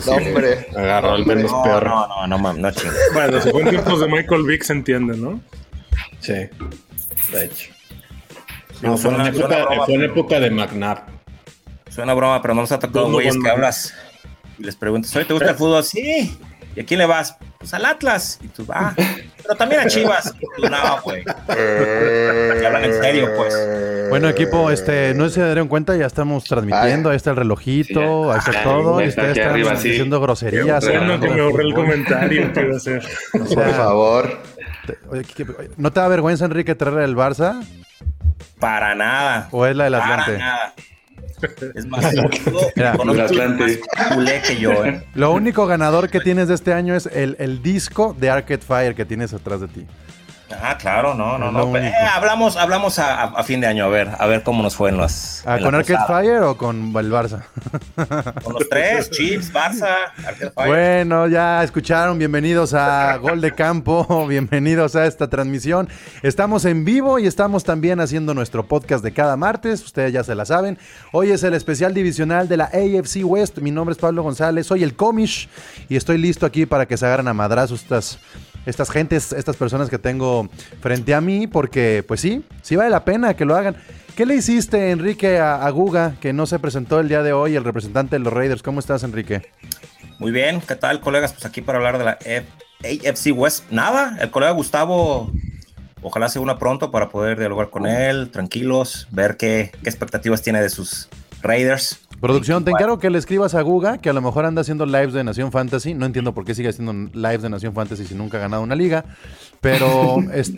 No, hombre. Agarró el menos peor. No chingues. Bueno, si fue en tiempos de Michael Vick se entiende, ¿no? Sí, de hecho. No, fue en época de McNabb. Suena broma, pero no nos ha tocado güeyes que hablas y les preguntas, ¿oye, te gusta el fútbol? Sí. ¿Y a quién le vas? Pues al Atlas. Y tú, pero también a Chivas. Y tú, no, güey. Que hablan en serio, pues. Bueno, equipo, no se dieron cuenta, ya estamos transmitiendo. Ahí está el relojito, ahí está todo. Y ustedes están arriba, diciendo groserías. Bueno, que me ahorré el comentario que iba a hacer. O sea, por favor. ¿No te da vergüenza, Enrique, traerle el Barça? Para nada. ¿O es la del Atlante? Para nada. Es más, conozco más culé que yo, Lo único ganador que tienes de este año es el disco de Arcade Fire que tienes atrás de ti. Claro, no. Hablamos a fin de año, a ver cómo nos fue en las. ¿Con Arcade Fire o con el Barça? Con los tres, Chiefs, Barça, Arcade Fire. Bueno, ya escucharon, bienvenidos a Gol de Campo, bienvenidos a esta transmisión. Estamos en vivo y estamos también haciendo nuestro podcast de cada martes, ustedes ya se la saben. Hoy es el especial divisional de la AFC West, mi nombre es Pablo González, soy el Comish y estoy listo aquí para que se agarren a madrazos estas personas que tengo frente a mí, porque pues sí vale la pena que lo hagan. ¿Qué le hiciste, Enrique, a Guga, que no se presentó el día de hoy, el representante de los Raiders? ¿Cómo estás, Enrique? Muy bien, ¿qué tal, colegas? Pues aquí para hablar de la AFC West. Nada, el colega Gustavo, ojalá se una pronto para poder dialogar con él, tranquilos, ver qué expectativas tiene de sus Raiders. Producción, te encargo que le escribas a Guga, que a lo mejor anda haciendo lives de Nación Fantasy. No entiendo por qué sigue haciendo lives de Nación Fantasy si nunca ha ganado una liga. Pero,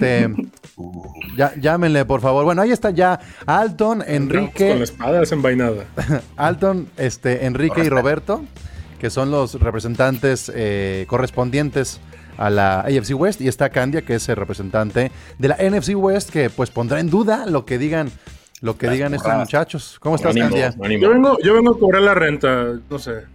llámenle, por favor. Bueno, ahí está ya Alton, Enrique. Con la espada desenvainada. Alton, Enrique y Roberto, que son los representantes correspondientes a la AFC West. Y está Candia, que es el representante de la NFC West, que pues pondrá en duda lo que digan estos muchachos. ¿Cómo estás, Candia? Yo vengo a cobrar la renta, no sé.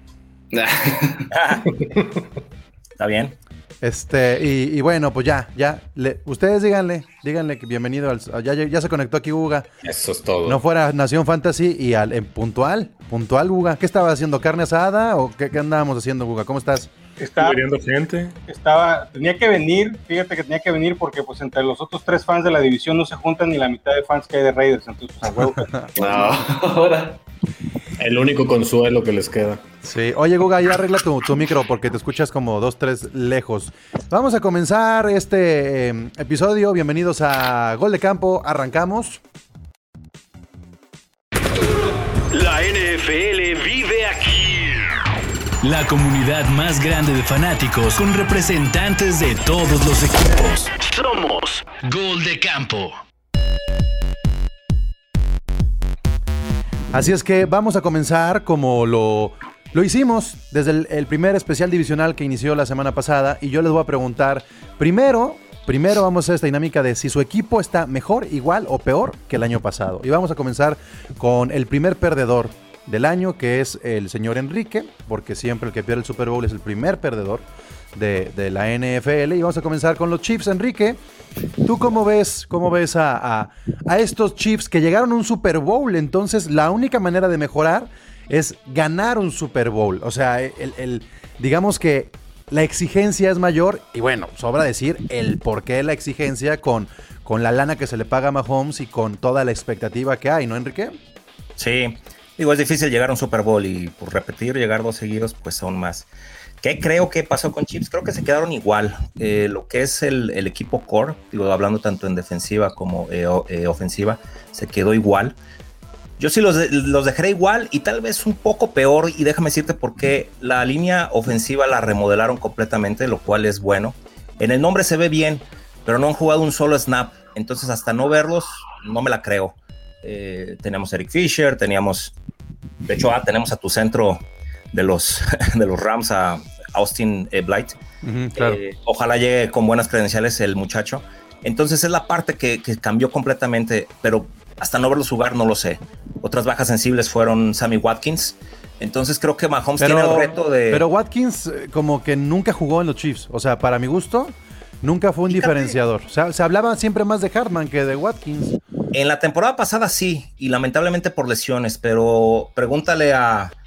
Está bien. Y bueno, pues ustedes díganle que bienvenido ya se conectó aquí Guga. Eso es todo. No fuera Nación Fantasy y en puntual Guga. ¿Qué estaba haciendo? ¿Carne asada o qué andábamos haciendo, Guga? ¿Cómo estás? Estaba viendo gente. Tenía que venir, fíjate que tenía que venir porque pues entre los otros 3 fans de la división no se juntan ni la mitad de fans que hay de Raiders, entonces pues a huevo. Ahora. El único consuelo que les queda. Sí, oye Guga, ya arregla tu micro porque te escuchas como 2, 3 lejos. Vamos a comenzar este episodio, bienvenidos a Gol de Campo, arrancamos. La NFL vive aquí. La comunidad más grande de fanáticos con representantes de todos los equipos. Somos Gol de Campo. Así es que vamos a comenzar como lo hicimos desde el primer especial divisional que inició la semana pasada. Y yo les voy a preguntar, primero vamos a hacer esta dinámica de si su equipo está mejor, igual o peor que el año pasado. Y vamos a comenzar con el primer perdedor del año, que es el señor Enrique, porque siempre el que pierde el Super Bowl es el primer perdedor de la NFL. Y vamos a comenzar con los Chiefs. Enrique, ¿tú cómo ves a estos Chiefs que llegaron a un Super Bowl? Entonces la única manera de mejorar es ganar un Super Bowl. O sea, digamos que la exigencia es mayor y bueno, sobra decir el por qué la exigencia con la lana que se le paga a Mahomes y con toda la expectativa que hay, ¿no, Enrique? Sí, digo, es difícil llegar a un Super Bowl y por repetir, llegar 2 seguidos, pues aún más. ¿Qué creo que pasó con Chiefs? Creo que se quedaron igual. Lo que es el equipo core, digo, hablando tanto en defensiva como ofensiva, se quedó igual. Yo sí los dejaré igual y tal vez un poco peor, y déjame decirte por qué. La línea ofensiva la remodelaron completamente, lo cual es bueno. En el nombre se ve bien, pero no han jugado un solo snap, entonces hasta no verlos, no me la creo. Teníamos a Eric Fisher, tenemos a tu centro de los Rams, a Austin Blythe. Claro. Ojalá llegue con buenas credenciales el muchacho. Entonces es la parte que cambió completamente, pero hasta no verlos jugar no lo sé. Otras bajas sensibles fueron Sammy Watkins. Entonces creo que Mahomes tiene el reto de... Pero Watkins como que nunca jugó en los Chiefs. O sea, para mi gusto, nunca fue un diferenciador. O sea, se hablaba siempre más de Hartman que de Watkins. En la temporada pasada sí, y lamentablemente por lesiones, pero pregúntale a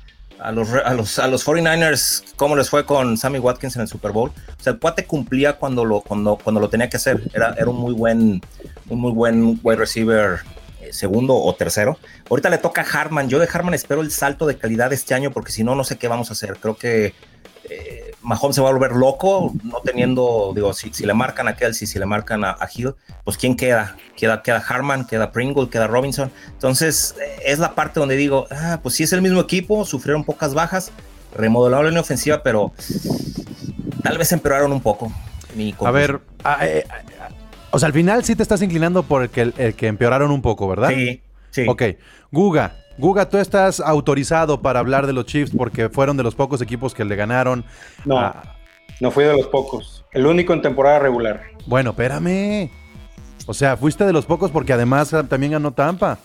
a los 49ers, cómo les fue con Sammy Watkins en el Super Bowl. O sea, el cuate cumplía cuando lo tenía que hacer. Era un muy buen wide receiver segundo o tercero. Ahorita le toca a Hartman. Yo de Hartman espero el salto de calidad este año, porque si no, no sé qué vamos a hacer. Creo que Mahomes se va a volver loco, no teniendo, digo, si le marcan a Kelsey, si le marcan a Hill, pues ¿quién queda? Queda Hartman, queda Pringle, queda Robinson. Entonces, es la parte donde digo, pues sí es el mismo equipo, sufrieron pocas bajas, remodelaron la línea ofensiva, pero tal vez empeoraron un poco. A ver, o sea, al final sí te estás inclinando por el que empeoraron un poco, ¿verdad? Sí. Ok, Guga, tú estás autorizado para hablar de los Chiefs porque fueron de los pocos equipos que le ganaron. No fui de los pocos. El único en temporada regular. Bueno, espérame. O sea, fuiste de los pocos porque además también ganó Tampa.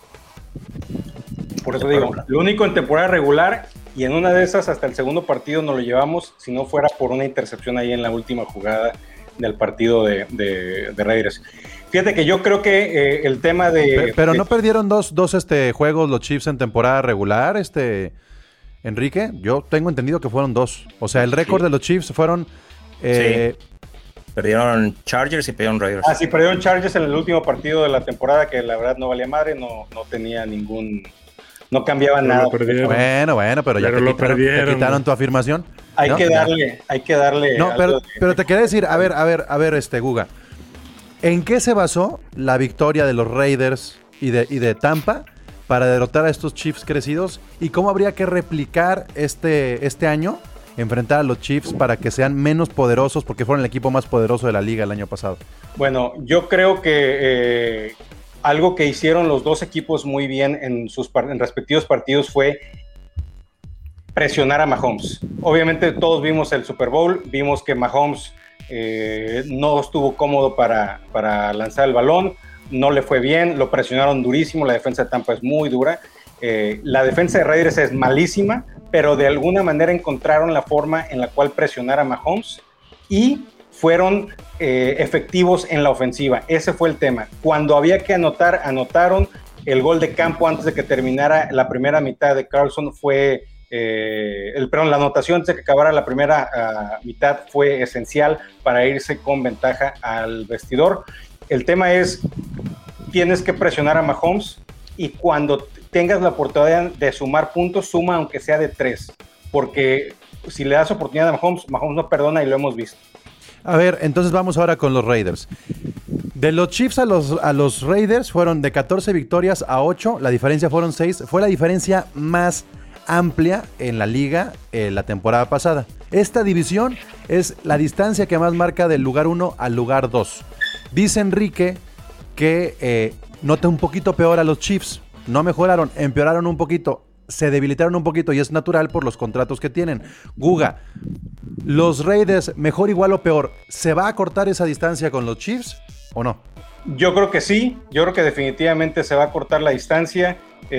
Por eso digo, lo único en temporada regular, y en una de esas hasta el segundo partido nos lo llevamos, si no fuera por una intercepción ahí en la última jugada del partido de Raiders. Fíjate que yo creo que el tema de... Pero ¿no perdieron dos juegos los Chiefs en temporada regular, Enrique? Yo tengo entendido que fueron 2. O sea, el récord de los Chiefs fueron... Perdieron Chargers y perdieron Raiders. Sí, perdieron Chargers en el último partido de la temporada, que la verdad no valía madre, no tenía ningún... No cambiaba nada. Bueno, pero ya te quitaron tu afirmación. Hay que darle... No, pero te quería decir, a ver, Guga. ¿En qué se basó la victoria de los Raiders y de Tampa para derrotar a estos Chiefs crecidos? ¿Y cómo habría que replicar este año, enfrentar a los Chiefs para que sean menos poderosos, porque fueron el equipo más poderoso de la liga el año pasado? Bueno, yo creo que algo que hicieron los dos equipos muy bien en sus respectivos partidos fue presionar a Mahomes. Obviamente todos vimos el Super Bowl, vimos que Mahomes no estuvo cómodo para lanzar el balón, no le fue bien, lo presionaron durísimo, la defensa de Tampa es muy dura, la defensa de Raiders es malísima, pero de alguna manera encontraron la forma en la cual presionar a Mahomes y fueron efectivos en la ofensiva. Ese fue el tema. Cuando había que anotar, anotaron. El gol de campo antes de que terminara la primera mitad de Carlson fue... la anotación antes de que acabara la primera mitad fue esencial para irse con ventaja al vestidor. El tema es, tienes que presionar a Mahomes y cuando tengas la oportunidad de sumar puntos, suma aunque sea de 3, porque si le das oportunidad a Mahomes no perdona y lo hemos visto. A ver, entonces vamos ahora con los Raiders. De los Chiefs a los Raiders fueron de 14 victorias a 8, la diferencia fueron 6, fue la diferencia más amplia en la liga la temporada pasada. Esta división es la distancia que más marca del lugar 1 al lugar 2. Dice Enrique que nota un poquito peor a los Chiefs. No mejoraron, empeoraron un poquito, se debilitaron un poquito y es natural por los contratos que tienen. Guga, los Raiders, mejor, igual o peor, ¿se va a cortar esa distancia con los Chiefs o no? Yo creo que sí, yo creo que definitivamente se va a cortar la distancia.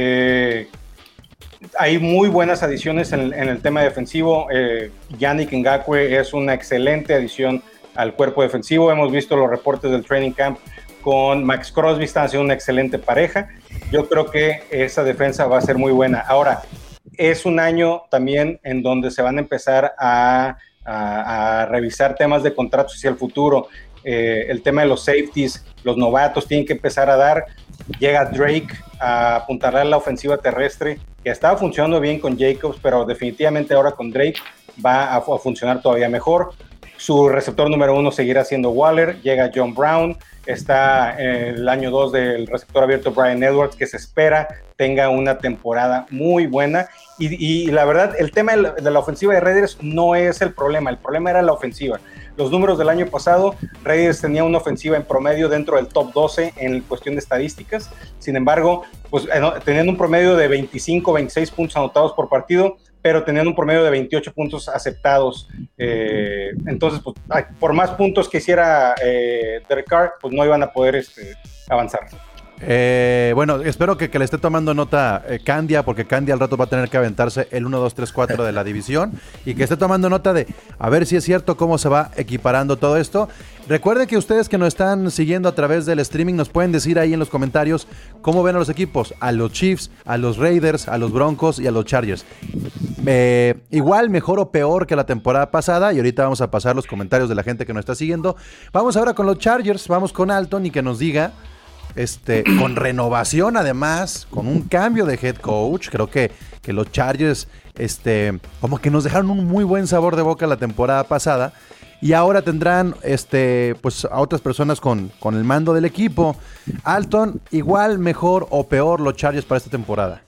Hay muy buenas adiciones en el tema defensivo. Yannick Ngakoue es una excelente adición al cuerpo defensivo. Hemos visto los reportes del training camp con Max Crosby, están haciendo una excelente pareja. Yo creo que esa defensa va a ser muy buena. Ahora, es un año también en donde se van a empezar a revisar temas de contratos hacia el futuro. El tema de los safeties, los novatos tienen que empezar a dar. Llega Drake a apuntalar la ofensiva terrestre, que estaba funcionando bien con Jacobs, pero definitivamente ahora con Drake va a funcionar todavía mejor. Su receptor número 1 seguirá siendo Waller. Llega John Brown. Está el año 2 del receptor abierto Bryan Edwards, que se espera tenga una temporada muy buena. Y la verdad, el tema de la ofensiva de Raiders no es el problema era la ofensiva. Los números del año pasado, Raiders tenía una ofensiva en promedio dentro del top 12 en cuestión de estadísticas. Sin embargo, pues tenían un promedio de 25, 26 puntos anotados por partido, pero tenían un promedio de 28 puntos aceptados. Entonces, pues, por más puntos que hiciera Derek Carr, pues no iban a poder avanzar. Bueno, espero que le esté tomando nota Candia, porque Candia al rato va a tener que aventarse el 1, 2, 3, 4 de la división, y que esté tomando nota de a ver si es cierto cómo se va equiparando todo esto. Recuerden que ustedes que nos están siguiendo a través del streaming nos pueden decir ahí en los comentarios cómo ven a los equipos, a los Chiefs, a los Raiders, a los Broncos y a los Chargers. igual, mejor o peor que la temporada pasada. Y ahorita vamos a pasar los comentarios de la gente que nos está siguiendo. Vamos ahora con los Chargers, vamos con Alton y que nos diga, con renovación además, con un cambio de head coach. Creo que los Chargers, como que nos dejaron un muy buen sabor de boca la temporada pasada. Y ahora tendrán, pues a otras personas con el mando del equipo. Alton, igual, mejor o peor los Chargers para esta temporada.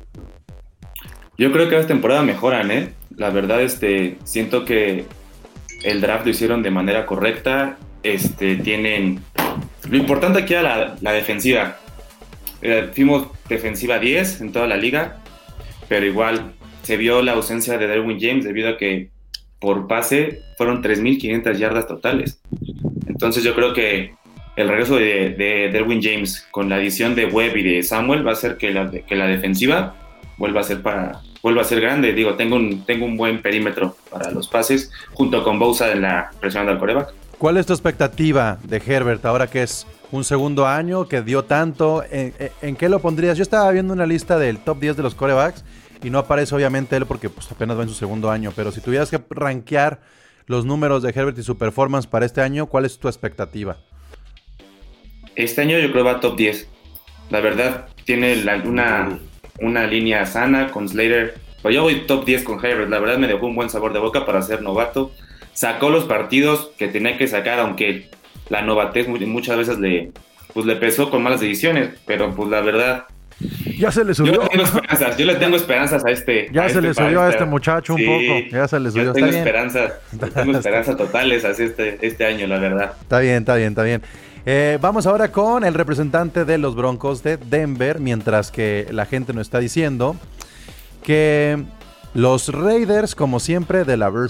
Yo creo que esta temporada mejoran, ¿eh? La verdad, siento que el draft lo hicieron de manera correcta. Tienen... Lo importante aquí era la defensiva. Fuimos defensiva 10 en toda la liga, pero igual se vio la ausencia de Derwin James debido a que por pase fueron 3.500 yardas totales. Entonces yo creo que el regreso de Derwin James con la adición de Webb y de Samuel va a hacer que la defensiva vuelva a ser grande. Digo, tengo un buen perímetro para los pases junto con Bosa en la presión del quarterback. ¿Cuál es tu expectativa de Herbert ahora que es un segundo año, que dio tanto? ¿En qué lo pondrías? Yo estaba viendo una lista del top 10 de los quarterbacks y no aparece obviamente él porque pues, apenas va en su segundo año, pero si tuvieras que rankear los números de Herbert y su performance para este año, ¿cuál es tu expectativa? Este año yo creo que va top 10. La verdad, tiene una línea sana con Slater. Pues yo voy top 10 con Herbert. La verdad me dejó un buen sabor de boca para ser novato. Sacó los partidos que tenía que sacar, aunque la novatez muchas veces le pesó con malas decisiones, pero pues la verdad... Ya se le subió. Yo le tengo esperanzas a este... Ya se le subió a este muchacho un poco. Ya se le subió. Yo tengo esperanzas totales hacia este año, la verdad. Está bien. Vamos ahora con el representante de los Broncos de Denver, mientras que la gente nos está diciendo que los Raiders, como siempre, de la...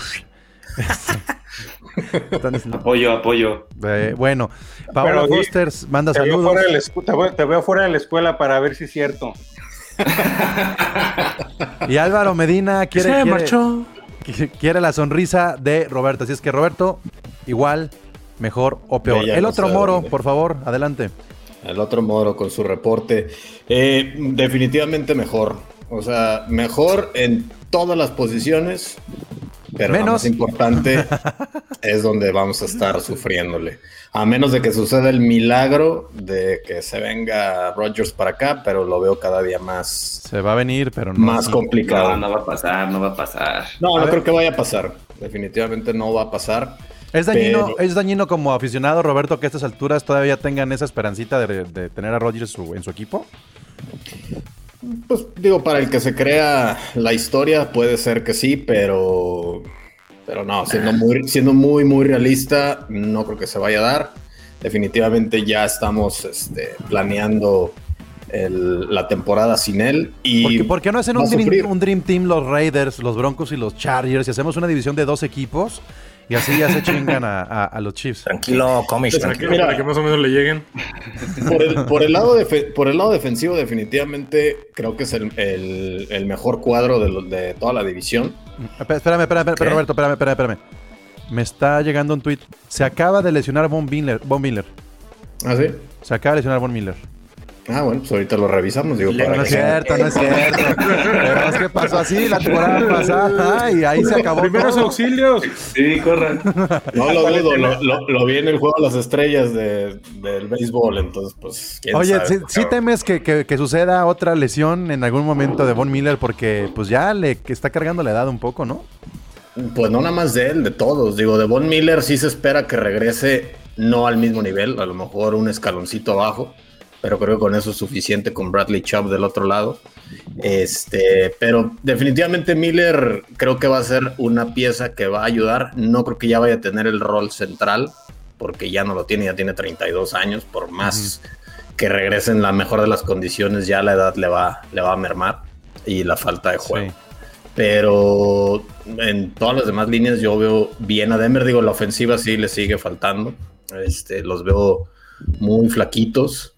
Apoyo. Bueno, Paola Fosters manda saludos. Te veo fuera de la escuela para ver si es cierto. Y Álvaro Medina quiere la sonrisa de Roberto. Así es que, Roberto, igual, mejor o peor. El otro Moro, por favor, adelante. El otro Moro con su reporte. Definitivamente mejor. O sea, mejor en todas las posiciones. Pero lo más importante es donde vamos a estar sufriéndole. A menos de que suceda el milagro de que se venga Rodgers para acá, pero lo veo cada día más... Se va a venir, pero no. Más complicado. No va a pasar. No creo que vaya a pasar. Definitivamente no va a pasar. Es dañino como aficionado, Roberto, que a estas alturas todavía tengan esa esperancita de tener a Rodgers en su equipo. Pues digo, para el que se crea la historia puede ser que sí, pero no, siendo muy realista, no creo que se vaya a dar. Definitivamente ya estamos planeando la temporada sin él. Y ¿Por qué no hacen un Dream Team los Raiders, los Broncos y los Chargers y hacemos una división de 2 equipos? Y así ya se chingan a los Chiefs. Tranquilo, Comish. Para que más o menos le lleguen. Por el lado defensivo, definitivamente creo que es el mejor cuadro de toda la división. Espérame, Roberto, espérame. Me está llegando un tweet. Se acaba de lesionar Von Miller. ¿Ah, sí? Se acaba de lesionar Von Miller. Ah, bueno, pues ahorita lo revisamos. Digo, no es cierto. Pero es que pasó así la temporada pasada y ahí se acabó. Primeros auxilios. Sí, corran. No lo dudo, lo vi en el juego de las estrellas del béisbol, entonces pues quién sabe. ¿Sí temes que suceda otra lesión en algún momento de Von Miller? Porque pues ya le está cargando la edad un poco, ¿no? Pues no nada más de él, de todos. Digo, de Von Miller sí se espera que regrese no al mismo nivel, a lo mejor un escaloncito abajo. Pero creo que con eso es suficiente con Bradley Chubb del otro lado. Pero definitivamente Miller creo que va a ser una pieza que va a ayudar. No creo que ya vaya a tener el rol central, porque ya no lo tiene, ya tiene 32 años. Por más que regrese en la mejor de las condiciones, ya la edad le va a mermar y la falta de juego. Sí. Pero en todas las demás líneas yo veo bien a Denver. Digo, la ofensiva sí le sigue faltando. Los veo muy flaquitos,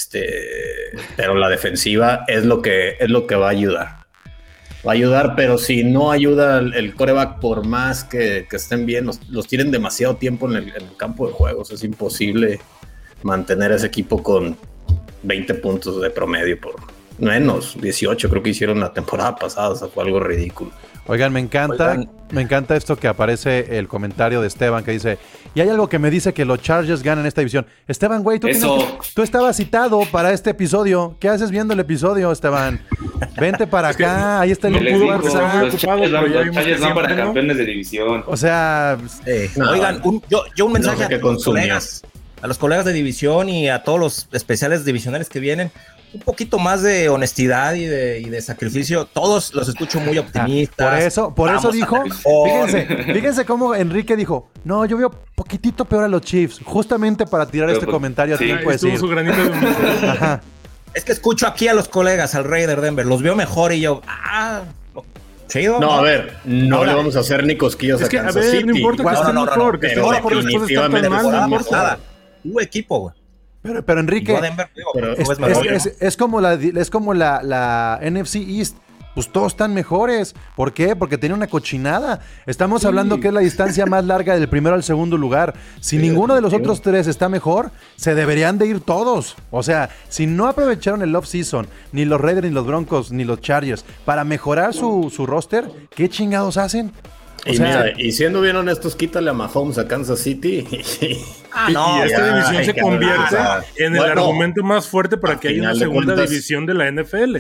pero la defensiva es lo que va a ayudar. Va a ayudar, pero si no ayuda el quarterback, por más que estén bien, los tienen demasiado tiempo en el campo de juegos. Es imposible mantener ese equipo con 20 puntos de promedio Menos, 18 creo que hicieron la temporada pasada, o sea, fue algo ridículo. Oigan, me encanta esto que aparece el comentario de Esteban que dice, y hay algo que me dice que los Chargers ganan esta división. Esteban, güey, tú estabas citado para este episodio. ¿Qué haces viendo el episodio, Esteban? Vente para acá, ahí está el Los Chargers van para campeones de división. O sea, oigan, yo un mensaje a los colegas de división y a todos los especiales divisionales que vienen. Un poquito más de honestidad y de sacrificio. Todos los escucho muy optimistas. Por eso dijo, fíjense cómo Enrique dijo, no, yo veo poquitito peor a los Chiefs, justamente para tirar comentario a tiempo de decir. Su granito de Ajá. Es que escucho aquí a los colegas, al Raider Denver, los veo mejor y yo, chido. No, a ver, no le vamos a hacer ni cosquillas a Kansas City. No importa que esté mejor, que esté mejor después de estar tan mal, no importa. Nada. Tu equipo, güey. Pero Enrique, es como la NFC East. Pues todos están mejores. ¿Por qué? Porque tiene una cochinada. Estamos hablando que es la distancia más larga del primero al segundo lugar. Si ninguno de los otros tres está mejor, se deberían de ir todos. O sea, si no aprovecharon el off-season, ni los Raiders, ni los Broncos, ni los Chargers, para mejorar su roster, ¿qué chingados hacen? Y siendo bien honestos, quítale a Mahomes a Kansas City. Y esta división se convierte en el argumento más fuerte para que haya una segunda división de la NFL.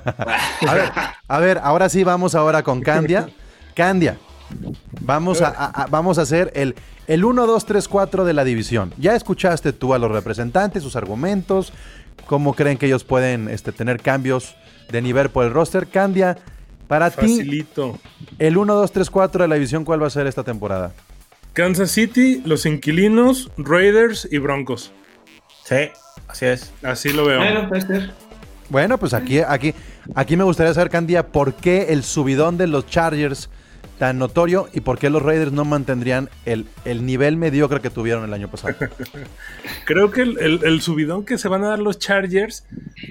A ver, ahora sí vamos con Candia. Candia, vamos a hacer el 1, 2, 3, 4 de la división. Ya escuchaste tú a los representantes, sus argumentos, cómo creen que ellos pueden tener cambios de nivel por el roster. Candia, para Facilito. ti, el 1, 2, 3, 4 de la división, ¿cuál va a ser esta temporada? Kansas City, los Inquilinos, Raiders y Broncos. Sí, así es. Así lo veo. Bueno, puede ser. Bueno, pues aquí me gustaría saber, Candia, ¿por qué el subidón de los Chargers tan notorio y por qué los Raiders no mantendrían el nivel mediocre que tuvieron el año pasado? Creo que el subidón que se van a dar los Chargers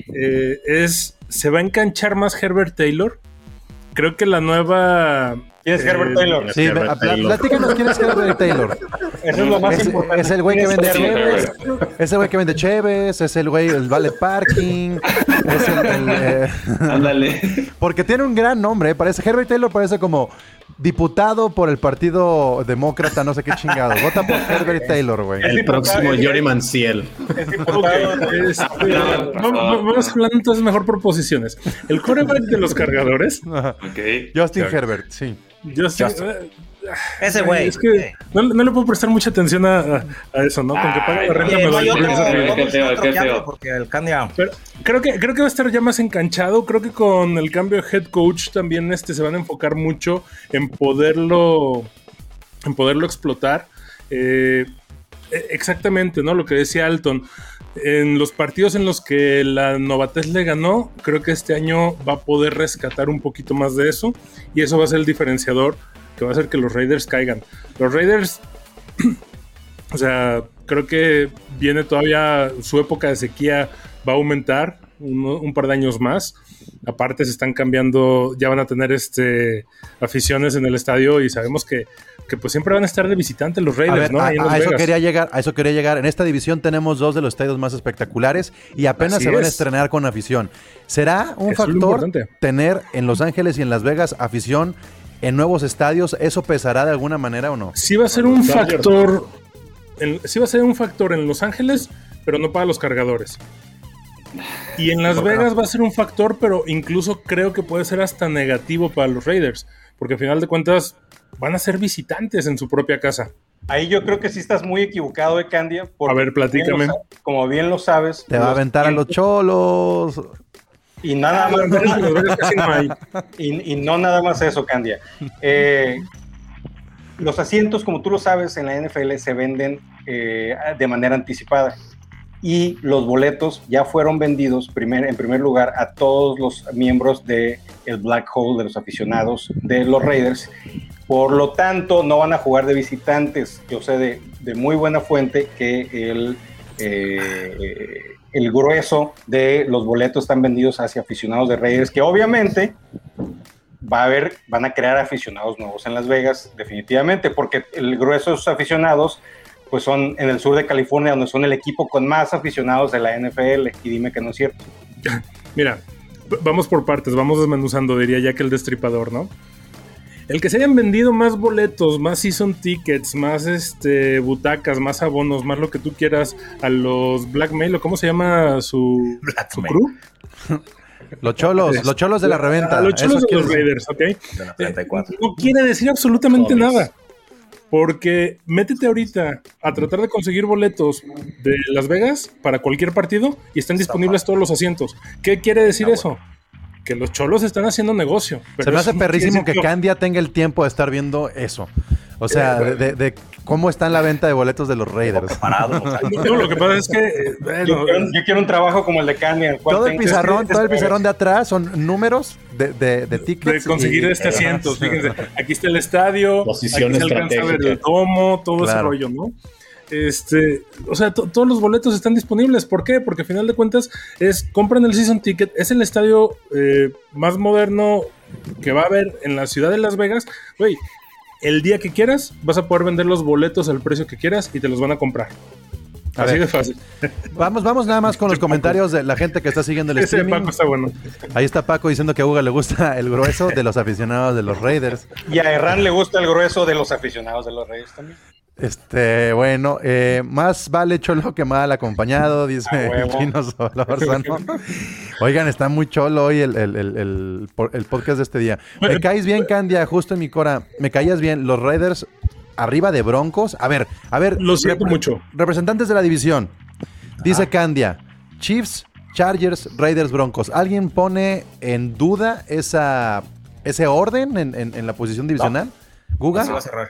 se va a enganchar más Herbert Taylor. Creo que la nueva... ¿Quién es Herbert Taylor? Sí, platícanos quién es Herbert Taylor. Eso es lo más importante. Es el güey que vende cheves. Es el güey que vende cheves. Es el güey del valet parking. Es Ándale. Porque tiene un gran nombre. Herbert Taylor parece como diputado por el Partido Demócrata, no sé qué chingado. Vota por Herbert Taylor, güey. El próximo Jory Manziel. Es diputado. Vamos hablando entonces mejor por posiciones. El quarterback de los Cargadores. Justin Herbert, sí. Ese güey. Es que no le puedo prestar mucha atención a eso, ¿no? Con que pague la renta me doy. Qué feo. Porque el Candia... Pero creo que va a estar ya más enganchado. Creo que con el cambio de head coach también se van a enfocar mucho en poderlo explotar. Exactamente, ¿no? Lo que decía Alton. En los partidos en los que la novatez le ganó, creo que este año va a poder rescatar un poquito más de eso. Y eso va a ser el diferenciador que va a hacer que los Raiders caigan. Los Raiders, o sea, creo que viene todavía su época de sequía, va a aumentar un par de años más. Aparte se están cambiando, ya van a tener aficiones en el estadio y sabemos que pues siempre van a estar de visitante los Raiders, ¿no? A eso quería llegar. En esta división tenemos dos de los estadios más espectaculares y apenas se van a estrenar con afición. ¿Será un factor tener en Los Ángeles y en Las Vegas afición en nuevos estadios? ¿Eso pesará de alguna manera o no? Sí va a ser un factor. Sí va a ser un factor en Los Ángeles, pero no para los Cargadores. Y en Las Vegas va a ser un factor, pero incluso creo que puede ser hasta negativo para los Raiders, porque al final de cuentas van a ser visitantes en su propia casa. Ahí yo creo que sí estás muy equivocado, Candia. A ver, platícame. Como bien lo sabes. Te va a aventar a los Cholos. Y nada más. Y no nada más eso, Candia. Los asientos, como tú lo sabes, en la NFL se venden de manera anticipada. Y los boletos ya fueron vendidos en primer lugar a todos los miembros del Black Hole, de los aficionados de los Raiders. Por lo tanto, no van a jugar de visitantes. Yo sé de muy buena fuente que el grueso de los boletos están vendidos hacia aficionados de Raiders, que obviamente van a crear aficionados nuevos en Las Vegas, definitivamente, porque el grueso de sus aficionados pues son en el sur de California, donde son el equipo con más aficionados de la NFL, y dime que no es cierto. Mira, vamos por partes, vamos desmenuzando, diría ya que el destripador, ¿no? El que se hayan vendido más boletos, más season tickets, más butacas, más abonos, más lo que tú quieras a los Blackmail, o ¿cómo se llama su crew? Los cholos de la reventa. Los cholos de los Raiders, ¿ok? No quiere decir absolutamente nada. Porque métete ahorita a tratar de conseguir boletos de Las Vegas para cualquier partido y están disponibles todos los asientos. ¿Qué quiere decir eso? Que los cholos están haciendo negocio. Se me hace perrísimo que Candia tenga el tiempo de estar viendo eso. O sea, de cómo está en la venta de boletos de los Raiders. No, lo que pasa es que... Yo quiero un trabajo como el de Candia. Todo el pizarrón de atrás son números de tickets. De conseguir asientos. Fíjense, aquí está el estadio, posición aquí se alcanza a ver el domo, todo ese rollo, ¿no? O sea, todos los boletos están disponibles. ¿Por qué? Porque al final de cuentas compran el season ticket, es el estadio más moderno que va a haber en la ciudad de Las Vegas. Güey, el día que quieras vas a poder vender los boletos al precio que quieras y te los van a comprar. Así de fácil. Vamos nada más con los comentarios de la gente que está siguiendo el streaming. Paco está bueno. Ahí está Paco diciendo que a Uga le gusta el grueso de los aficionados de los Raiders. Y a Herrán le gusta el grueso de los aficionados de los Raiders también. Bueno, más vale cholo que mal acompañado, dice Chino Solórzano. Oigan, está muy cholo hoy el podcast de este día. Me caes bien, Candia, justo en mi cora. Me caías bien. Los Raiders arriba de Broncos. A ver. Lo siento mucho. Representantes de la división. Dice Candia, Chiefs, Chargers, Raiders, Broncos. ¿Alguien pone en duda ese orden en la posición divisional? ¿Guga? Se va a cerrar.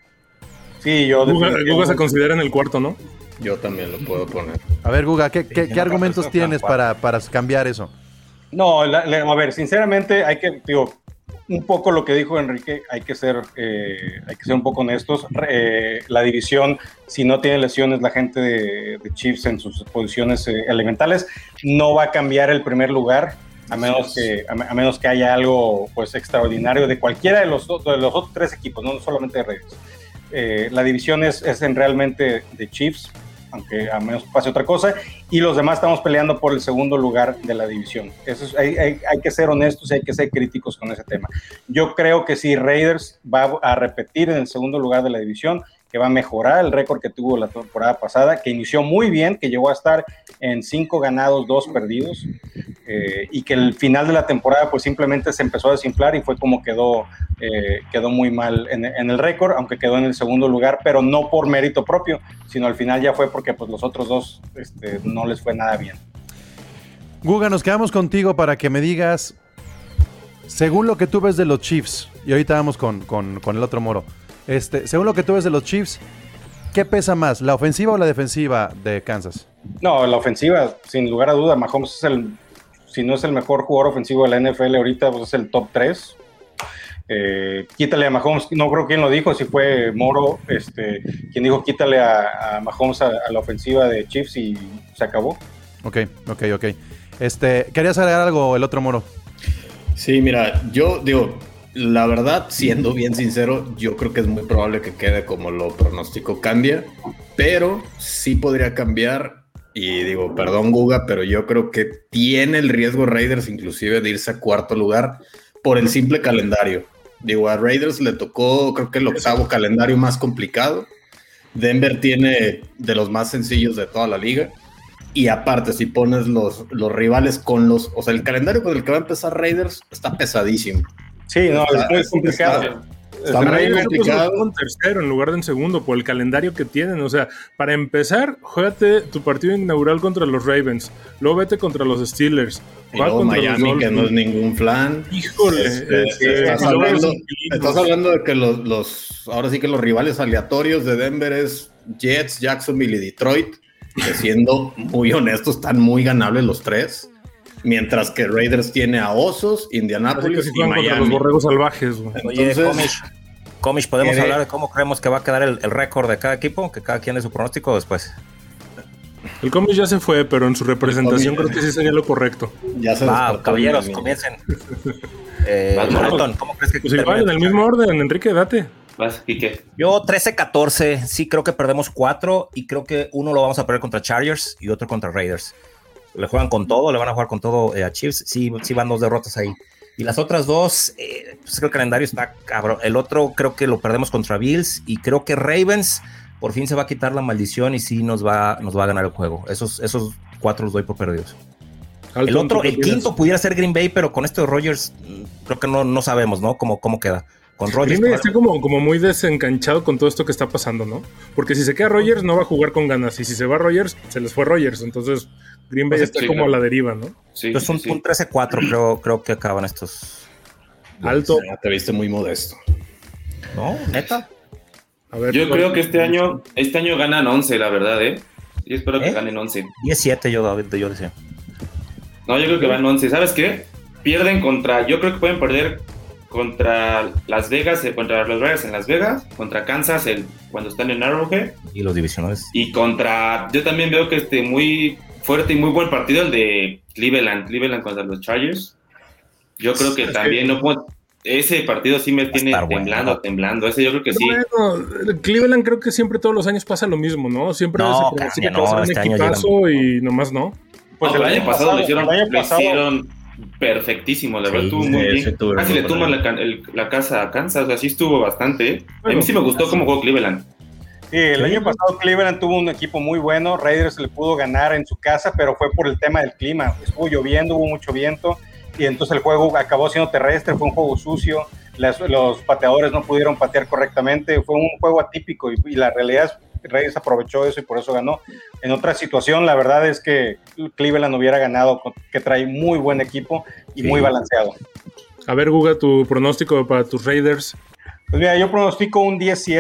Sí, yo... Guga se considera en el cuarto, ¿no? Yo también lo puedo poner. A ver, Guga, ¿qué argumentos tienes para cambiar eso? No, a ver, sinceramente hay que, un poco lo que dijo Enrique, hay que ser un poco honestos. La división, si no tiene lesiones la gente de Chiefs en sus posiciones elementales, no va a cambiar el primer lugar, a menos que haya algo pues extraordinario de cualquiera de los otros tres equipos, no solamente de Raiders. La división es realmente de Chiefs, aunque a menos pase otra cosa, y los demás estamos peleando por el segundo lugar de la división. Hay que ser honestos y hay que ser críticos con ese tema. Yo creo que si Raiders va a repetir en el segundo lugar de la división, que va a mejorar el récord que tuvo la temporada pasada, que inició muy bien, que llegó a estar en 5 ganados, 2 perdidos, y que el final de la temporada pues simplemente se empezó a desinflar y fue como quedó muy mal en el récord, aunque quedó en el segundo lugar, pero no por mérito propio, sino al final ya fue porque pues los otros dos no les fue nada bien. Guga, nos quedamos contigo para que me digas, según lo que tú ves de los Chiefs, y ahorita vamos con el otro moro, según lo que tú ves de los Chiefs, ¿qué pesa más, la ofensiva o la defensiva de Kansas? No, la ofensiva, sin lugar a duda. Mahomes si no es el mejor jugador ofensivo de la NFL ahorita, pues es el top 3. Quítale a Mahomes, no creo quién lo dijo, si fue Moro, quien dijo quítale a Mahomes a la ofensiva de Chiefs y se acabó. Ok. ¿Querías agregar algo el otro Moro? Sí, mira, yo digo, la verdad, siendo bien sincero, yo creo que es muy probable que quede como lo pronosticó Candia, pero sí podría cambiar. Y digo, perdón Guga, pero yo creo que tiene el riesgo Raiders inclusive de irse a cuarto lugar por el simple calendario. Digo, a Raiders le tocó, creo que el 8º calendario más complicado. Denver tiene de los más sencillos de toda la liga. Y aparte, si pones los rivales o sea, el calendario con el que va a empezar Raiders está pesadísimo. Sí, no, es muy complicado. Está muy complicado. En tercero en lugar de en segundo por el calendario que tienen. O sea, para empezar, juégate tu partido inaugural contra los Ravens. Luego vete contra los Steelers. Y luego Miami, que no es ningún flan. Híjole. Estás hablando de que ahora sí que los rivales aleatorios de Denver es Jets, Jacksonville y Detroit, que siendo muy honestos, están muy ganables los tres. Mientras que Raiders tiene a Osos, Indianapolis y Miami. Contra los borregos salvajes. Oye, Comish, ¿podemos hablar de cómo creemos que va a quedar el récord de cada equipo? Que cada quien dé su pronóstico después. El Comish ya se fue, pero en su representación creo que sí sería lo correcto. Ya se caballeros, comiencen. Alton, ¿cómo crees que pues igual, en el mismo orden, Enrique, date. Vas, Quique. Yo 13-14, sí creo que perdemos 4 y creo que uno lo vamos a perder contra Chargers y otro contra Raiders. le juegan con todo, le van a jugar con todo a Chiefs. Sí van 2 derrotas ahí. Y las otras 2, pues el calendario está cabrón. El otro creo que lo perdemos contra Bills y creo que Ravens por fin se va a quitar la maldición y sí nos va a ganar el juego. Esos 4 los doy por perdidos. Alton, el quinto pudiera ser Green Bay, pero con esto de Rodgers creo que no sabemos, ¿no? Cómo queda. Con Rodgers. Green Bay está como muy desencanchado con todo esto que está pasando, ¿no? Porque si se queda Rodgers no va a jugar con ganas y si se va Rodgers, se les fue Rodgers. Entonces Green Bay está como a la deriva, ¿no? Sí, entonces un 13-4 creo que acaban estos. Alto. Te viste muy modesto. ¿No? ¿Neta? A ver, yo creo que este año ganan 11, la verdad, Yo espero que ganen 11. 17 yo decía. No, yo creo que van 11. ¿Sabes qué? Pierden yo creo que pueden perder contra Las Vegas, contra los Raiders en Las Vegas, contra Kansas cuando están en Arrowhead. Y los divisionales. Y yo también veo que muy fuerte y muy buen partido el de Cleveland contra los Chargers. Yo creo que también ese partido sí me tiene temblando. Ese yo creo que sí. Bueno, Cleveland creo que siempre todos los años pasa lo mismo, ¿no? Siempre se que va a ser un equipazo y nomás no. Pues el año pasado lo hicieron perfectísimo, la verdad estuvo muy bien. Casi le toman la casa a Kansas, o sea, sí estuvo bastante. A mí sí me gustó cómo jugó Cleveland. Sí, el año pasado Cleveland tuvo un equipo muy bueno, Raiders le pudo ganar en su casa, pero fue por el tema del clima, estuvo lloviendo, hubo mucho viento, y entonces el juego acabó siendo terrestre, fue un juego sucio, los pateadores no pudieron patear correctamente, fue un juego atípico, y la realidad es que Raiders aprovechó eso y por eso ganó. En otra situación, la verdad es que Cleveland hubiera ganado, que trae muy buen equipo y muy balanceado. A ver, Guga, tu pronóstico para tus Raiders. Pues mira, yo pronostico un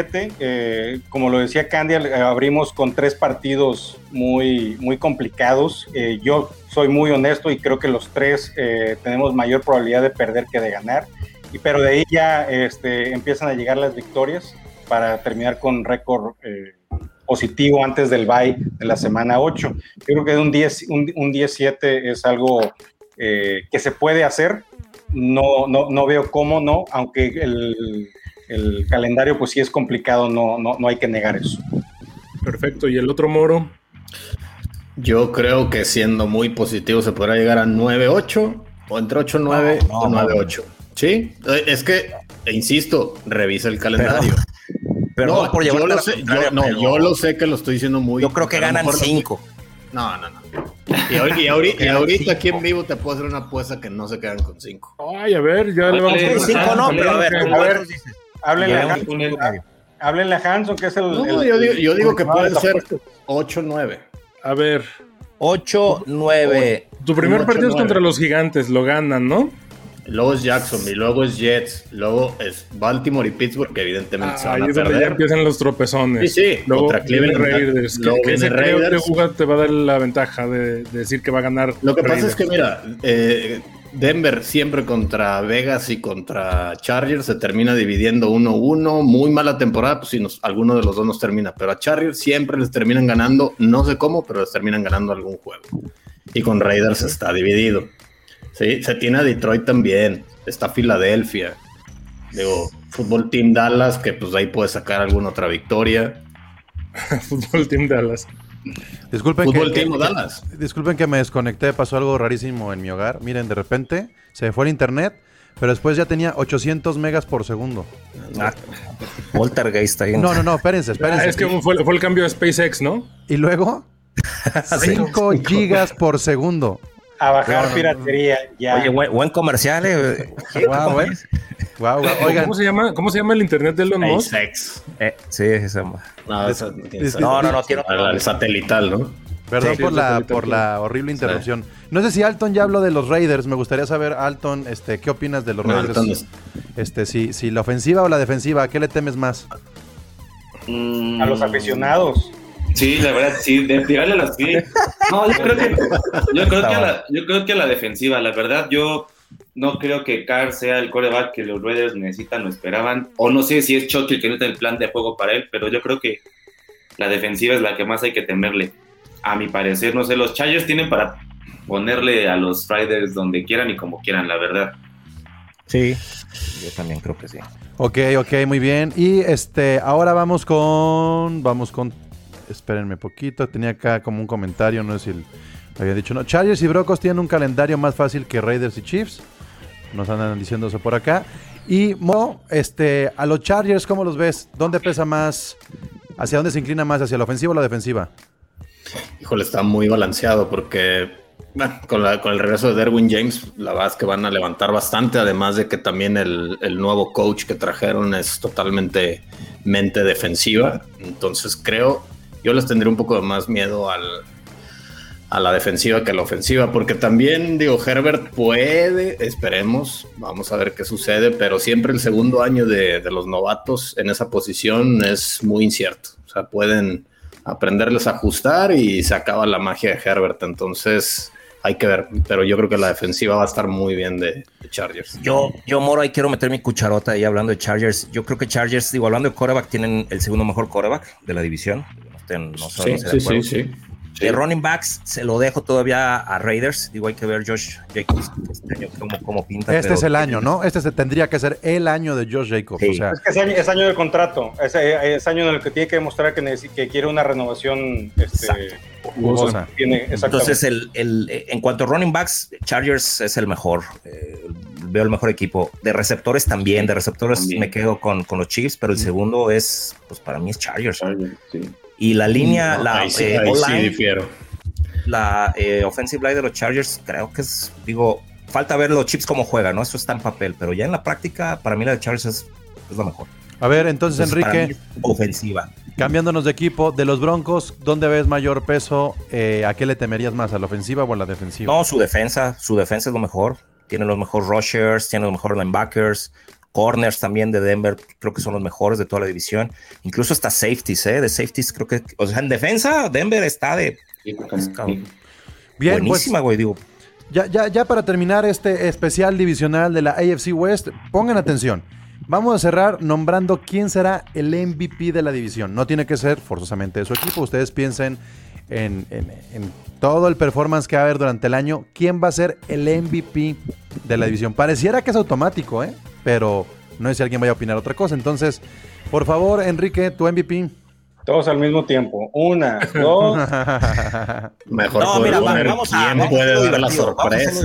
10-7, como lo decía Candy, abrimos con 3 partidos muy, muy complicados. Yo soy muy honesto y creo que los 3 tenemos mayor probabilidad de perder que de ganar, pero de ahí ya empiezan a llegar las victorias para terminar con récord positivo antes del bye de la semana 8. Yo creo que un 10-7 es algo que se puede hacer. No veo cómo no, aunque el calendario pues sí es complicado, no hay que negar eso. Perfecto, ¿y el otro Moro? Yo creo que siendo muy positivo se podrá llegar a 9-8 o entre 8-9 o 9-8. ¿Sí? Es que, insisto, revisa el calendario. Pero por yo lo sé que lo estoy diciendo muy... Yo creo que ganan 5. No. Y ahorita aquí en vivo te puedo hacer una apuesta que no se quedan con 5. Ay, a ver, ya le vamos a ver. 5 no, pero a ver, háblenle a Hanson, que es el... No, yo digo que puede ser 8-9. A ver. 8-9. Tu primer partido es contra los Gigantes, lo ganan, ¿no? Luego es Jacksonville, luego es Jets, luego es Baltimore y Pittsburgh, que evidentemente se van a perder. Ya empiezan los tropezones. Sí, luego contra Cleveland Raiders. Que ese creo que Guga te va a dar la ventaja de decir que va a ganar. Lo que pasa es que, mira, Denver siempre contra Vegas y contra Chargers se termina dividiendo 1-1. Muy mala temporada, pues si alguno de los dos nos termina. Pero a Chargers siempre les terminan ganando, no sé cómo, pero les terminan ganando algún juego. Y con Raiders está dividido. Sí, se tiene a Detroit también, está Filadelfia, Fútbol Team Dallas, que pues ahí puede sacar alguna otra victoria. Fútbol Team Dallas. Disculpen que me desconecté, pasó algo rarísimo en mi hogar. Miren, de repente se me fue el internet, pero después ya tenía 800 megas por segundo. Poltergeist ahí. No, espérense. Es que fue el cambio de SpaceX, ¿no? Y luego 5 gigas por segundo. A bajar piratería, ya. Oye, buen comercial, Wow. Oigan, ¿Cómo se llama el internet de Elon Musk? SpaceX. Sí, ese. No, tiene el satelital, ¿no? Perdón Sí, por la horrible interrupción. No sé si Alton ya habló de los Raiders. Me gustaría saber, Alton, ¿qué opinas de los Raiders? Si la ofensiva o la defensiva, ¿a qué le temes más? A los aficionados. Sí, la verdad, sí, de tirarle a las pies. No, yo creo que a la defensiva, la verdad, yo no creo que Carr sea el quarterback que los Raiders necesitan o esperaban, o no sé si es Chucky el que no está el plan de juego para él, pero yo creo que la defensiva es la que más hay que temerle, a mi parecer. No sé, los Chargers tienen para ponerle a los Raiders donde quieran y como quieran, la verdad. Sí, yo también creo que sí. Ok, muy bien. Y ahora vamos con Espérenme poquito. Tenía acá como un comentario, no sé si lo había dicho. No, Chargers y Broncos tienen un calendario más fácil que Raiders y Chiefs. Nos andan diciendo eso por acá. Y Mo, a los Chargers, ¿cómo los ves? ¿Dónde pesa más? ¿Hacia dónde se inclina más? ¿Hacia la ofensiva o la defensiva? Híjole, está muy balanceado porque con el regreso de Derwin James, la verdad es que van a levantar bastante, además de que también el nuevo coach que trajeron es totalmente mente defensiva. Entonces yo les tendría un poco de más miedo a la defensiva que a la ofensiva, porque también, Herbert puede, esperemos, vamos a ver qué sucede, pero siempre el segundo año de los novatos en esa posición es muy incierto. O sea, pueden aprenderles a ajustar y se acaba la magia de Herbert, entonces hay que ver, pero yo creo que la defensiva va a estar muy bien de Chargers. Yo, Moro, ahí quiero meter mi cucharota ahí hablando de Chargers. Yo creo que Chargers, hablando de quarterback, tienen el segundo mejor quarterback de la división. Sí. De running backs se lo dejo todavía a Raiders. Hay que ver Josh Jacobs este año cómo pinta. Es el año, ¿no? Tendría que ser el año de Josh Jacobs. Sí. O sea, Es que es año de contrato. Es año en el que tiene que demostrar que quiere una renovación. jugosa. Entonces, en cuanto a running backs, Chargers es el mejor. Veo el mejor equipo. De receptores también. De receptores también me quedo con los Chiefs, pero el segundo para mí es Chargers. Sí. Y la línea, ahí sí difiero. La offensive line de los Chargers, creo que falta ver los Chiefs cómo juegan, ¿no? Eso está en papel, pero ya en la práctica, para mí la de Chargers es la mejor. A ver, entonces Enrique, ofensiva. Cambiándonos de equipo, de los Broncos, ¿dónde ves mayor peso? ¿A qué le temerías más? ¿A la ofensiva o a la defensiva? No, su defensa es lo mejor. Tiene los mejores rushers, tiene los mejores linebackers. Corners también de Denver, creo que son los mejores de toda la división. Incluso hasta safeties, de safeties creo que... O sea, en defensa, Denver está de... Bien, buenísima, güey, Ya para terminar este especial divisional de la AFC West, pongan atención. Vamos a cerrar nombrando quién será el MVP de la división. No tiene que ser forzosamente de su equipo. Ustedes piensen en todo el performance que va a haber durante el año. ¿Quién va a ser el MVP de la división? Pareciera que es automático, pero no sé si alguien vaya a opinar otra cosa. Entonces, por favor, Enrique, tu MVP. Todos al mismo tiempo. 1, 2. Mejor vamos quién puede dar la sorpresa.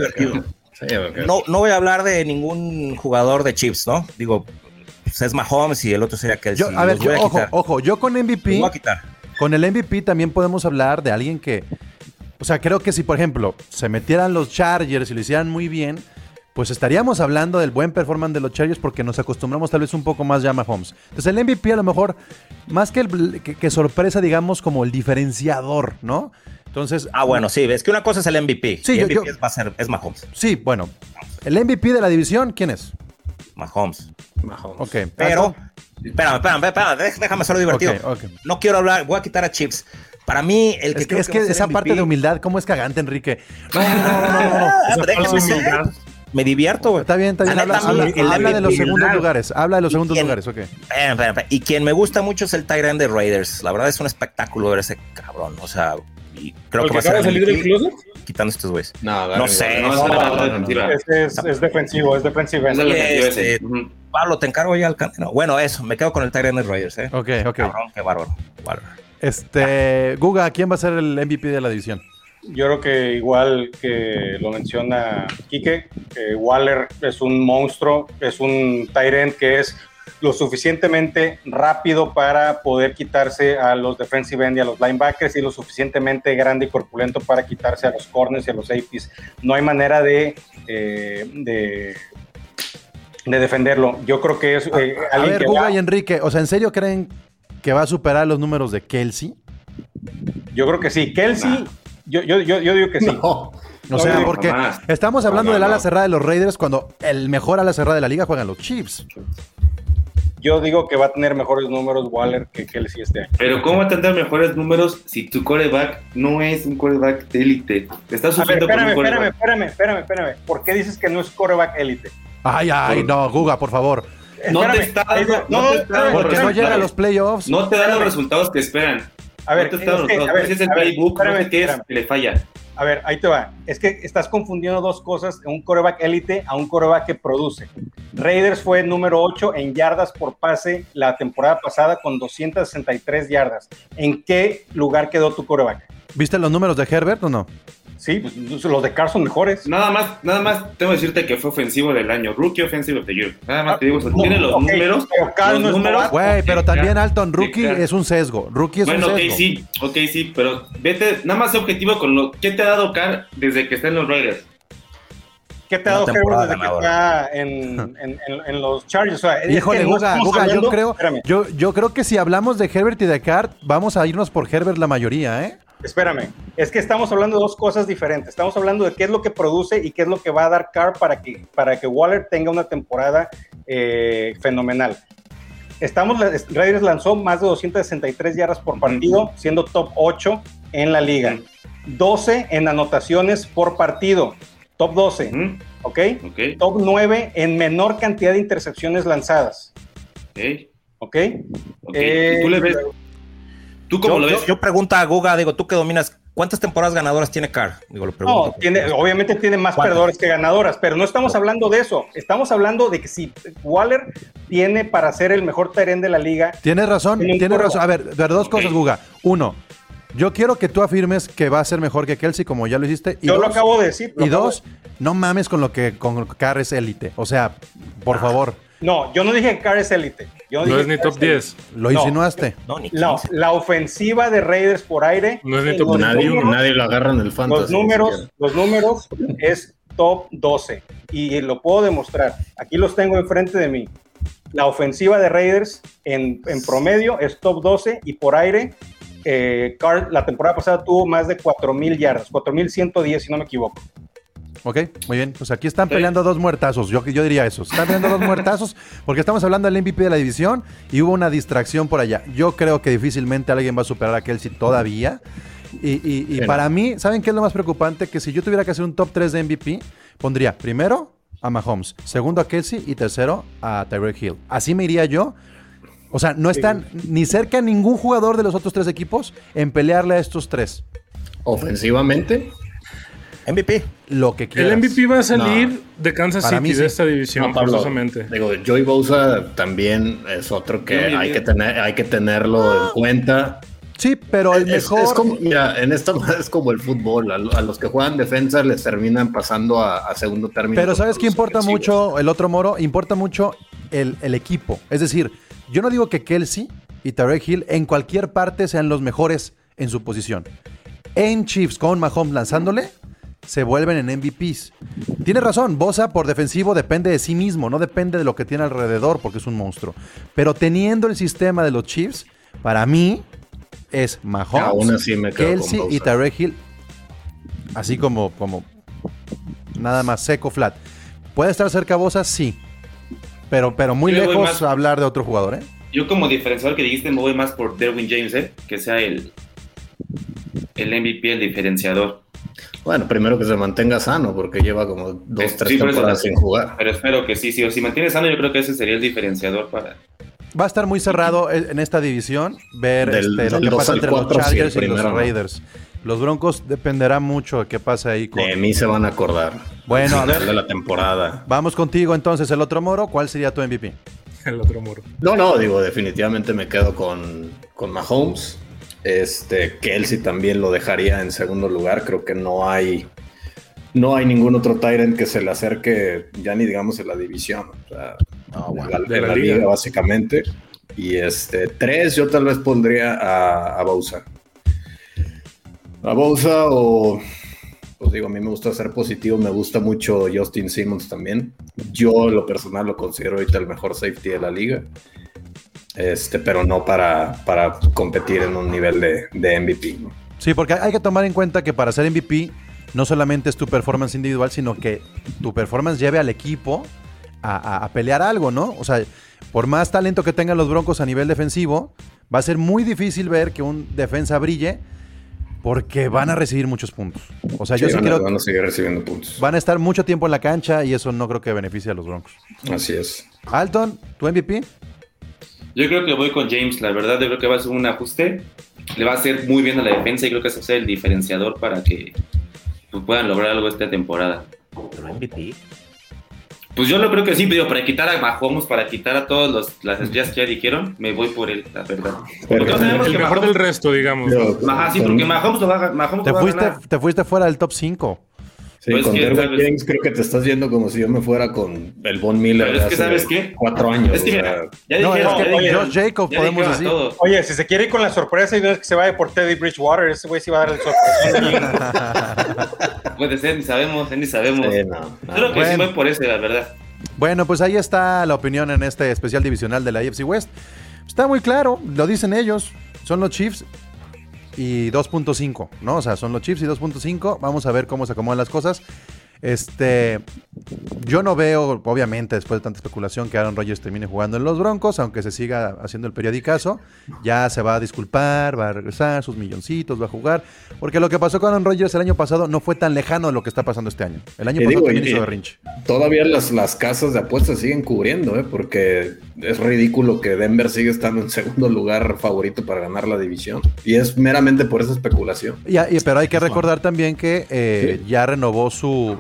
No voy a hablar de ningún jugador de Chiefs, ¿no? Es Mahomes y el otro sería Kelsey. Yo con MVP. Voy a quitar. Con el MVP también podemos hablar de alguien que... O sea, creo que si, por ejemplo, se metieran los Chargers y lo hicieran muy bien, pues estaríamos hablando del buen performance de los Chargers porque nos acostumbramos tal vez un poco más ya a Mahomes. Entonces el MVP a lo mejor, más que sorpresa, digamos, como el diferenciador, ¿no? Entonces... bueno, sí, es que una cosa es el MVP. Sí, el MVP es Mahomes. Sí, bueno. ¿El MVP de la división quién es? Mahomes. Ok. Pero... Espérame, déjame hacerlo divertido. Okay. No quiero hablar, voy a quitar a Chiefs. Para mí, el que es que esa MVP, parte de humildad, ¿cómo es cagante, Enrique? No. Déjame ser. Me divierto, güey. Está bien. Habla de los segundos lugares. Habla de los segundos lugares, ok. Y quien me gusta mucho es el tight end de Raiders. La verdad es un espectáculo ver ese cabrón. O sea, y creo que va a ser salir del closet. Quitando estos güeyes. No sé. Es defensivo, es defensivo. Pablo, te encargo ya al canto. Bueno, eso, me quedo con el tight end de Raiders, Ok. Cabrón, qué bárbaro. Guga, ¿quién va a ser el MVP de la división? Yo creo que igual que lo menciona Quique, Waller es un monstruo, es un tight end que es lo suficientemente rápido para poder quitarse a los defensive end y a los linebackers y lo suficientemente grande y corpulento para quitarse a los corners y a los safeties. No hay manera de defenderlo. Yo creo que es a ver, Guga y Enrique, o sea, ¿en serio creen que va a superar los números de Kelsey? Yo creo que sí. Kelsey, yo digo que sí. No. O sea, porque estamos hablando del ala cerrada de los Raiders cuando el mejor ala cerrada de la liga juegan los Chiefs. Yo digo que va a tener mejores números Waller que Kelsey este año. Pero ¿cómo va a tener mejores números si tu quarterback no es un quarterback de élite? Te estás sufriendo por un quarterback. Espérame. ¿Por qué dices que no es quarterback élite? Ay, no, Guga, por favor. No te está dando porque no llega a los playoffs. No te dan los resultados que esperan. A ver, no te están es el playbook, no sé qué es que le falla. A ver, ahí te va. Es que estás confundiendo dos cosas, un quarterback élite a un quarterback que produce. Raiders fue número 8 en yardas por pase la temporada pasada con 263 yardas. ¿En qué lugar quedó tu quarterback? ¿Viste los números de Herbert o no? Sí, pues los de Carr son mejores. Nada más tengo que decirte que fue ofensivo del año, Rookie Offensive of the Year. Nada más te digo, tiene los números. Pero Carr no es números. Güey, pero también Alton, Rookie es un sesgo. Rookie es un sesgo. Ok, sí, pero vete, nada más sé objetivo con lo que te ha dado Carr desde que está en los Raiders. ¿Qué te ha dado Herbert desde que está en los Chargers? O sea, híjole, Guga, hablando, yo creo que si hablamos de Herbert y de Carr, vamos a irnos por Herbert la mayoría, ¿eh? Espérame, es que estamos hablando de dos cosas diferentes. Estamos hablando de qué es lo que produce y qué es lo que va a dar Carr para que Waller tenga una temporada fenomenal. Raiders lanzó más de 263 yardas por partido, siendo top 8 en la liga. 12 en anotaciones por partido, top 12, ¿ok? Top 9 en menor cantidad de intercepciones lanzadas. ¿Ok? ¿Tú le ves? ¿Tú cómo lo ves? Yo pregunto a Guga, digo, tú que dominas, ¿cuántas temporadas ganadoras tiene Carr? Digo, lo pregunto. Obviamente tiene más perdedores que ganadoras, pero no estamos hablando de eso. Estamos hablando de que si Waller tiene para ser el mejor tight end de la liga. Tienes razón. A ver, dos cosas, Guga. Uno, yo quiero que tú afirmes que va a ser mejor que Kelce, como ya lo hiciste. Yo lo acabo de decir. Y dos, no mames con Carr es élite. O sea, por favor. No, yo no dije que Carr es élite. No es ni top 10. Lo insinuaste. No, ni 15. La ofensiva de Raiders por aire. No es ni top 10. Nadie lo agarra en el fantasy. Los números es top 12. Y lo puedo demostrar. Aquí los tengo enfrente de mí. La ofensiva de Raiders en promedio es top 12 y por aire. Carr la temporada pasada tuvo más de 4,000 yardas. 4,110 si no me equivoco. Ok, muy bien. Pues aquí están peleando dos muertazos. Yo diría eso. Están peleando dos muertazos porque estamos hablando del MVP de la división y hubo una distracción por allá. Yo creo que difícilmente alguien va a superar a Kelce todavía. Y para mí, ¿saben qué es lo más preocupante? Que si yo tuviera que hacer un top 3 de MVP, pondría primero a Mahomes, segundo a Kelce y tercero a Tyreek Hill. Así me iría yo. O sea, no están ni cerca ningún jugador de los otros tres equipos en pelearle a estos tres. Ofensivamente. MVP. Lo que quieras. El MVP va a salir de Kansas City, de esta división, forzosamente. Digo, Joey Bosa también es otro que hay que tenerlo en cuenta. Sí, pero el mejor... Es como, mira, en esta es como el fútbol. A los que juegan defensa les terminan pasando a segundo término. Pero ¿sabes qué importa mucho el otro Moro? Importa mucho el equipo. Es decir, yo no digo que Kelce y Tyreek Hill en cualquier parte sean los mejores en su posición. En Chiefs con Mahomes lanzándole, se vuelven en MVPs. Tiene razón, Bosa por defensivo depende de sí mismo, no depende de lo que tiene alrededor porque es un monstruo. Pero teniendo el sistema de los Chiefs, para mí es Mahomes, Kelce y Tyreek Hill, así como nada más seco, flat. ¿Puede estar cerca Bosa? Sí. Pero muy lejos hablar de otro jugador, ¿eh? Yo como diferenciador que dijiste me voy más por Derwin James, que sea el MVP, el diferenciador. Bueno, primero que se mantenga sano, porque lleva como 2-3 temporadas sin jugar. Pero espero que sí, o si mantiene sano, yo creo que ese sería el diferenciador para... Va a estar muy cerrado en esta división ver lo que pasa entre los Chargers y los Raiders. Los Broncos dependerá mucho de qué pasa ahí. De mí se van a acordar. Bueno, a ver. De la temporada. Vamos contigo entonces, el otro Moro. ¿Cuál sería tu MVP? El otro Moro. No, digo, definitivamente me quedo con Mahomes. Kelce también lo dejaría en segundo lugar. Creo que no hay ningún otro tight end que se le acerque, ya ni digamos en la división, o sea, de la liga básicamente. Y 3 yo tal vez pondría a Bosa. A Bosa pues digo, a mí me gusta ser positivo, me gusta mucho Justin Simmons también. Yo lo personal lo considero ahorita el mejor safety de la liga. Pero no para competir en un nivel de MVP, ¿no? Sí, porque hay que tomar en cuenta que para ser MVP no solamente es tu performance individual, sino que tu performance lleve al equipo a pelear algo, ¿no? O sea, por más talento que tengan los Broncos a nivel defensivo, va a ser muy difícil ver que un defensa brille porque van a recibir muchos puntos. O sea, yo sí creo que van a seguir recibiendo puntos. Van a estar mucho tiempo en la cancha y eso no creo que beneficie a los Broncos. Así es. Alton, ¿tu MVP? Yo creo que voy con James, la verdad, yo creo que va a ser un ajuste, le va a hacer muy bien a la defensa y creo que ese va a ser el diferenciador para que puedan lograr algo esta temporada. ¿Pero MVP? Pues yo lo creo que sí, pero para quitar a Mahomes, para quitar a todas las estrellas que ya dijeron, me voy por él, la verdad. Porque el mejor del resto, digamos. Sí, porque Mahomes lo va a ganar. Te fuiste fuera del top 5. Sí, Pues con que, Derwin James creo que te estás viendo como si yo me fuera con el Von Miller. Pero es que, ¿sabes qué? 4 años. Es que, mira, ya No, dijeron, es que oye, Josh Jacobs, ya podemos dijeron decir. todo. Oye, si se quiere ir con la sorpresa y no es que se vaya por Teddy Bridgewater, ese güey sí va a dar el sorpresa. Puede ser, ni sabemos. Sí, no. Creo que Bueno. sí voy por ese, la verdad. Bueno, pues ahí está la opinión en este especial divisional de la AFC West. Está muy claro, lo dicen ellos, son los Chiefs y 2.5, ¿no? O sea, son los Chiefs y 2.5. Vamos a ver cómo se acomodan las cosas. Yo no veo, obviamente, después de tanta especulación, que Aaron Rodgers termine jugando en los Broncos, aunque se siga haciendo el periodicazo. Ya se va a disculpar, va a regresar, sus milloncitos, va a jugar. Porque lo que pasó con Aaron Rodgers el año pasado no fue tan lejano de lo que está pasando este año. El año pasado también hizo berrinche. Todavía las casas de apuestas siguen cubriendo, porque es ridículo que Denver sigue estando en segundo lugar favorito para ganar la división. Y es meramente por esa especulación. Pero hay que recordar también que ya renovó su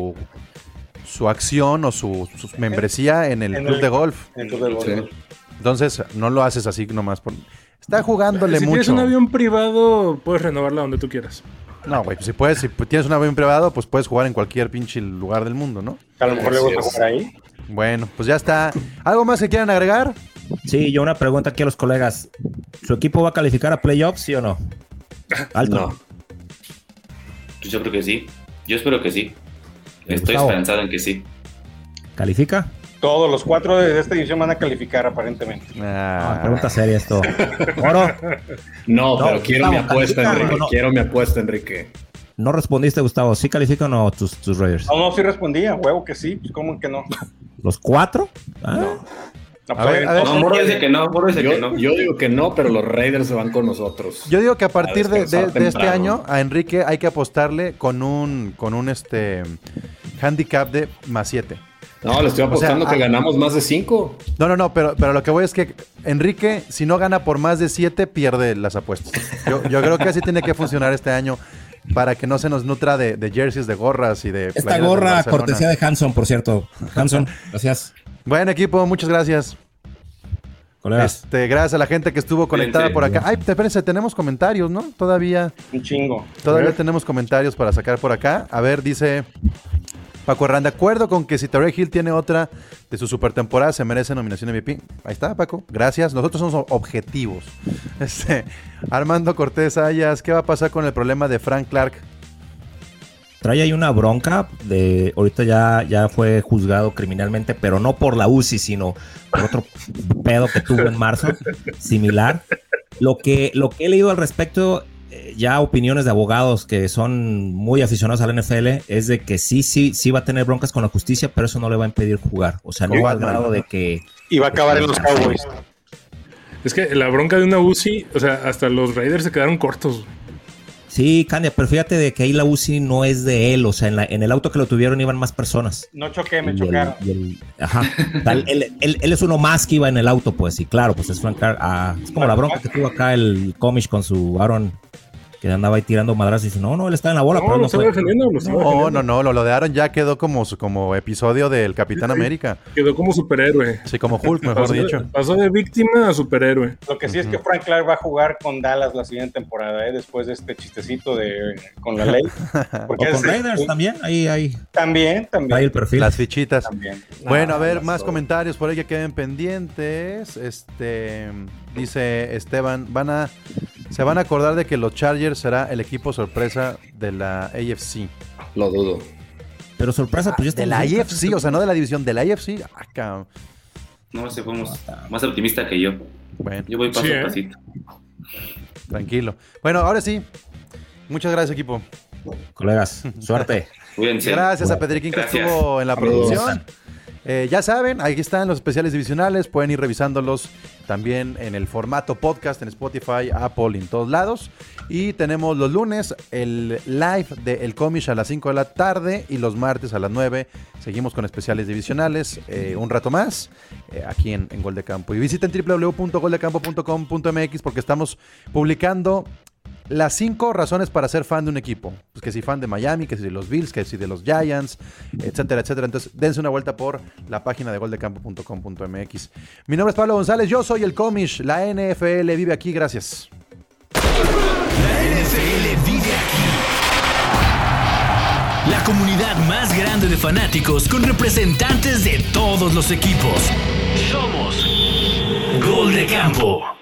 acción o su membresía en el club de golf. En el club de golf. Sí. Entonces, no lo haces así nomás. Está jugándole Si mucho. tienes un avión privado, puedes renovarla donde tú quieras. No, güey, pues si tienes un avión privado, pues puedes jugar en cualquier pinche lugar del mundo, ¿no? A lo mejor le gusta Así es. jugar ahí. Bueno, pues ya está. ¿Algo más que quieran agregar? Sí, yo una pregunta aquí a los colegas. ¿Su equipo va a calificar a playoffs, sí o no? Alto. No. Pues yo creo que sí. Yo espero que sí. Estoy Gustavo. esperanzado en que sí. ¿Califica? Todos los 4 de esta división van a calificar aparentemente. Pregunta seria esto. Oro, No, pero quiero mi Gustavo, apuesta, ¿califica Enrique. o no? Quiero mi apuesta, Enrique. no respondiste, Gustavo. ¿Sí califican o no tus Raiders? No, sí respondía, huevo que sí, pues cómo que no. ¿Los 4? No, A ver, a ver. No, Moro dice que no, Moro dice que no. Yo digo que no, pero los Raiders se van con nosotros. Yo digo que a partir de descansar este temprano. año a Enrique hay que apostarle con un handicap de +7. No, le estoy apostando que ganamos más de 5. No, pero lo que voy es que Enrique, si no gana por más de 7, pierde las apuestas. Yo creo que así tiene que funcionar este año para que no se nos nutra de jerseys, de gorras y de... Esta playeras de gorra, Barcelona. cortesía de Hanson, por cierto. Hanson, gracias. Buen equipo, muchas gracias. Colegas. Gracias a la gente que estuvo conectada Cuídense. por acá. Ay, espérense, tenemos comentarios, ¿no? Todavía un chingo. tenemos comentarios para sacar por acá. A ver, dice Paco Herrán, de acuerdo con que si Tyreek Hill tiene otra de su super temporada, se merece nominación MVP. Ahí está, Paco. Gracias. Nosotros somos objetivos. Armando Cortés Ayas, ¿qué va a pasar con el problema de Frank Clark? Trae ahí una bronca de ahorita ya fue juzgado criminalmente, pero no por la UCI, sino por otro pedo que tuvo en marzo, similar. Lo que he leído al respecto, ya opiniones de abogados que son muy aficionados al NFL, es de que sí va a tener broncas con la justicia, pero eso no le va a impedir jugar. O sea, no va al grado de que... Y va a acabar en los Cowboys. Es que la bronca de una UCI, o sea, hasta los Raiders se quedaron cortos. Sí, Candia, pero fíjate de que ahí la UCI no es de él, o sea, en el auto que lo tuvieron iban más personas. No choqué, me Y chocaron. Ajá. Él es uno más que iba en el auto, pues, y claro, pues es Frank Clark. Es como la bronca que tuvo acá el Comish con su Aaron, que andaba ahí tirando madrazos y dice, no, él está en la bola, No, pero lo no estaba fue. defendiendo, lo estaba defendiendo. No, lo de Aaron ya quedó como episodio del Capitán América. Quedó como superhéroe. Sí, como Hulk, mejor dicho. Pasó de víctima a superhéroe. Lo que sí es que Frank Clark va a jugar con Dallas la siguiente temporada, después de este chistecito con la ley. Porque O con Raiders también, ahí También. hay el perfil. Las fichitas. También. Bueno, a ver, más comentarios por ahí que queden pendientes. Dice Esteban, se van a acordar de que los Chargers será el equipo sorpresa de la AFC. Lo dudo. Pero sorpresa, pues ya está. De la AFC, o sea, no de la división, de la AFC. Cabrón. No sé, fuimos más optimista que yo. Bueno, Yo voy paso Sí, a pasito. tranquilo. Bueno, ahora sí. Muchas gracias, equipo. Colegas, suerte. Cuídense. Gracias a Pedriquín que Gracias. estuvo en la Saludos. producción. Ya saben, ahí están los especiales divisionales. Pueden ir revisándolos también en el formato podcast en Spotify, Apple y en todos lados. Y tenemos los lunes el live de El Comish a las 5 de la tarde y los martes a las 9. Seguimos con especiales divisionales un rato más aquí en Gol de Campo. Y visiten www.goldecampo.com.mx porque estamos publicando las 5 razones para ser fan de un equipo. Pues que si fan de Miami, que si de los Bills, que si de los Giants, etcétera, etcétera. Entonces, dense una vuelta por la página de goldecampo.com.mx. Mi nombre es Pablo González, yo soy el Comish. La NFL vive aquí, gracias. La NFL vive aquí. La comunidad más grande de fanáticos con representantes de todos los equipos. Somos Gol de Campo.